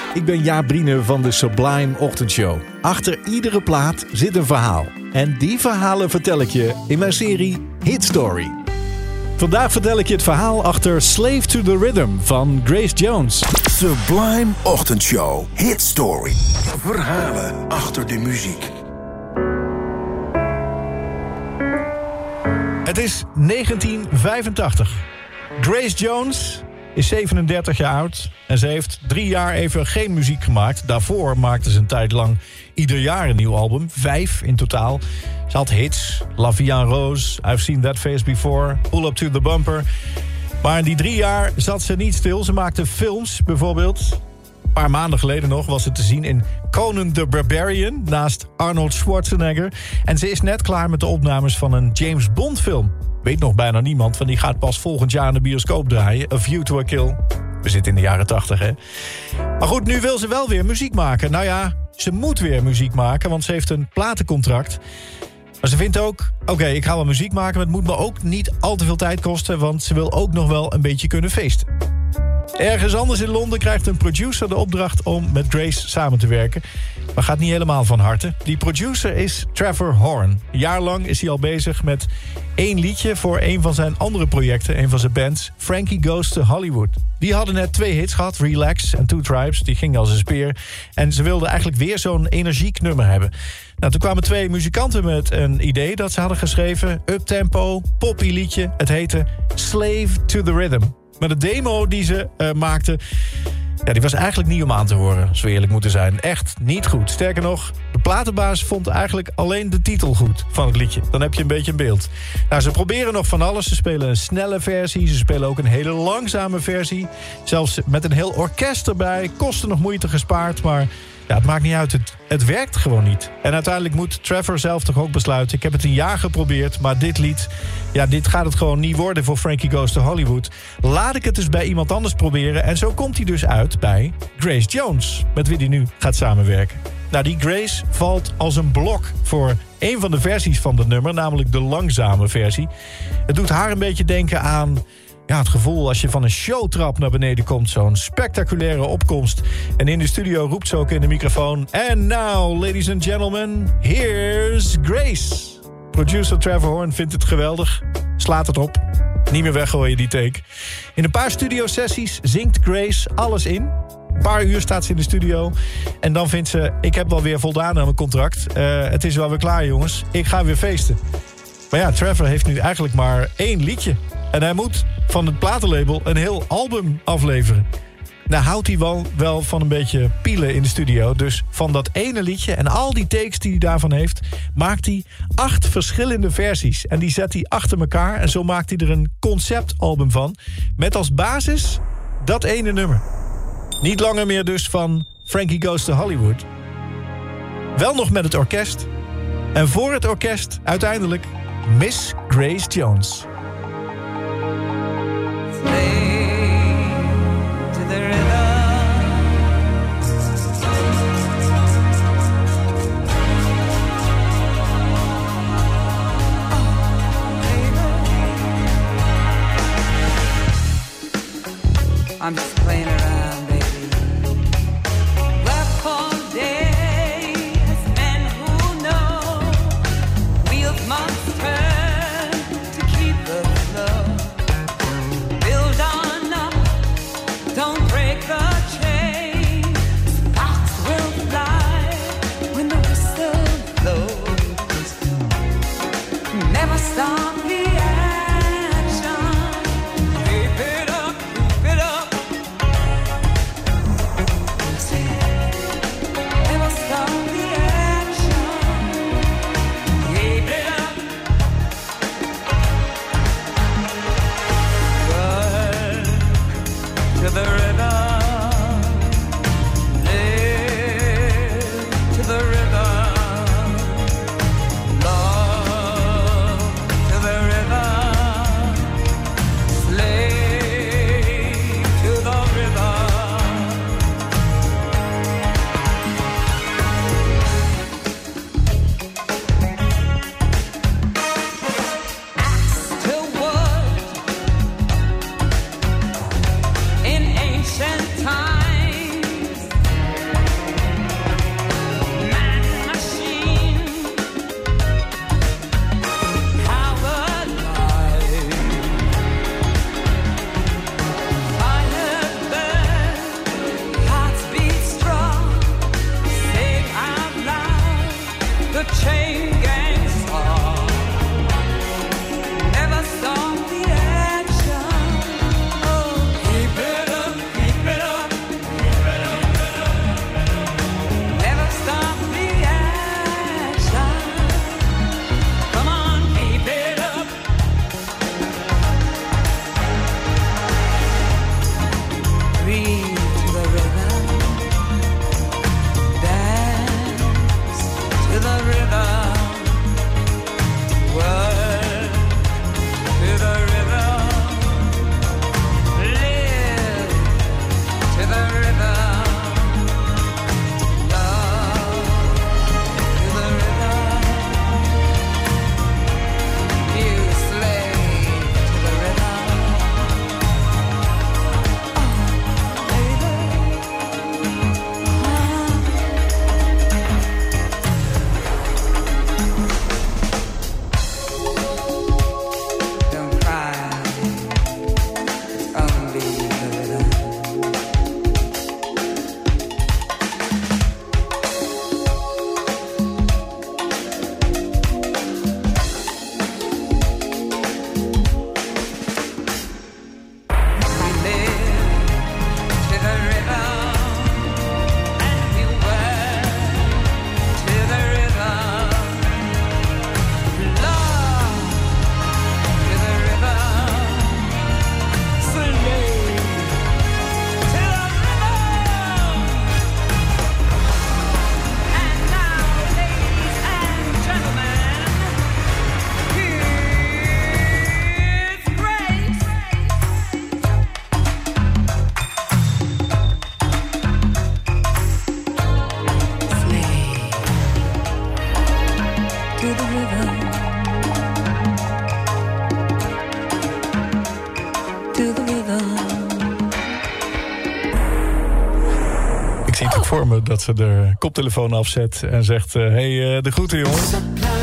ik ben Jaap Briene van de Sublime Ochtendshow. Achter iedere plaat zit een verhaal. En die verhalen vertel ik je in mijn serie Hit Story. Vandaag vertel ik je het verhaal achter Slave to the Rhythm van Grace Jones. Sublime Ochtendshow Hit Story. Verhalen achter de muziek. Het is 1985. Grace Jones is 37 jaar oud en ze heeft 3 jaar even geen muziek gemaakt. Daarvoor maakte ze een tijd lang ieder jaar een nieuw album. 5 in totaal. Ze had hits. La Vie en Rose, I've Seen That Face Before, Pull Up to the Bumper. Maar in die 3 jaar zat ze niet stil. Ze maakte films bijvoorbeeld. Een paar maanden geleden nog was het te zien in Conan the Barbarian naast Arnold Schwarzenegger. En ze is net klaar met de opnames van een James Bond film. Weet nog bijna niemand, want die gaat pas volgend jaar in de bioscoop draaien. A View to a Kill. We zitten in de jaren 80, hè. Maar goed, nu wil ze wel weer muziek maken. Nou ja, ze moet weer muziek maken, want ze heeft een platencontract. Maar ze vindt ook, oké, ik ga wel muziek maken, maar het moet me ook niet al te veel tijd kosten, want ze wil ook nog wel een beetje kunnen feesten. Ergens anders in Londen krijgt een producer de opdracht om met Grace samen te werken. Maar gaat niet helemaal van harte. Die producer is Trevor Horn. Een jaar lang is hij al bezig met 1 liedje voor een van zijn andere projecten. Een van zijn bands, Frankie Goes to Hollywood. Die hadden net 2 hits gehad, Relax en Two Tribes. Die gingen als een speer. En ze wilden eigenlijk weer zo'n energiek nummer hebben. Nou, toen kwamen 2 muzikanten met een idee dat ze hadden geschreven. Uptempo, poppy liedje. Het heette Slave to the Rhythm. Maar de demo die ze maakten, ja, die was eigenlijk niet om aan te horen, als we eerlijk moeten zijn. Echt niet goed. Sterker nog, de platenbaas vond eigenlijk alleen de titel goed van het liedje. Dan heb je een beetje een beeld. Nou, ze proberen nog van alles. Ze spelen een snelle versie. Ze spelen ook een hele langzame versie. Zelfs met een heel orkest erbij. Kosten nog moeite gespaard, maar ja, het maakt niet uit. Het werkt gewoon niet. En uiteindelijk moet Trevor zelf toch ook besluiten. Ik heb het een jaar geprobeerd, maar dit lied, ja, dit gaat het gewoon niet worden voor Frankie Goes to Hollywood. Laat ik het dus bij iemand anders proberen. En zo komt hij dus uit bij Grace Jones, met wie hij nu gaat samenwerken. Nou, die Grace valt als een blok voor een van de versies van het nummer, namelijk de langzame versie. Het doet haar een beetje denken aan, ja, het gevoel als je van een showtrap naar beneden komt. Zo'n spectaculaire opkomst. En in de studio roept ze ook in de microfoon. And now, ladies and gentlemen, here's Grace. Producer Trevor Horn vindt het geweldig. Slaat het op. Niet meer weggooien, die take. In een paar studiosessies zingt Grace alles in. Een paar uur staat ze in de studio. En dan vindt ze, ik heb wel weer voldaan aan mijn contract. Het is wel weer klaar, jongens. Ik ga weer feesten. Maar ja, Trevor heeft nu eigenlijk maar 1 liedje. En hij moet van het platenlabel een heel album afleveren. Nou houdt hij wel van een beetje pielen in de studio. Dus van dat ene liedje en al die takes die hij daarvan heeft, maakt hij 8 verschillende versies. En die zet hij achter elkaar. En zo maakt hij er een conceptalbum van. Met als basis dat ene nummer. Niet langer meer dus van Frankie Goes to Hollywood. Wel nog met het orkest. En voor het orkest uiteindelijk Miss Grace Jones. To the rhythm. I'm just playing around, baby. Work for days, men who know wheels must turn to keep to the river, to the river. Ik zie het ook voor me dat ze de koptelefoon afzet en zegt... hey, de groeten jongens.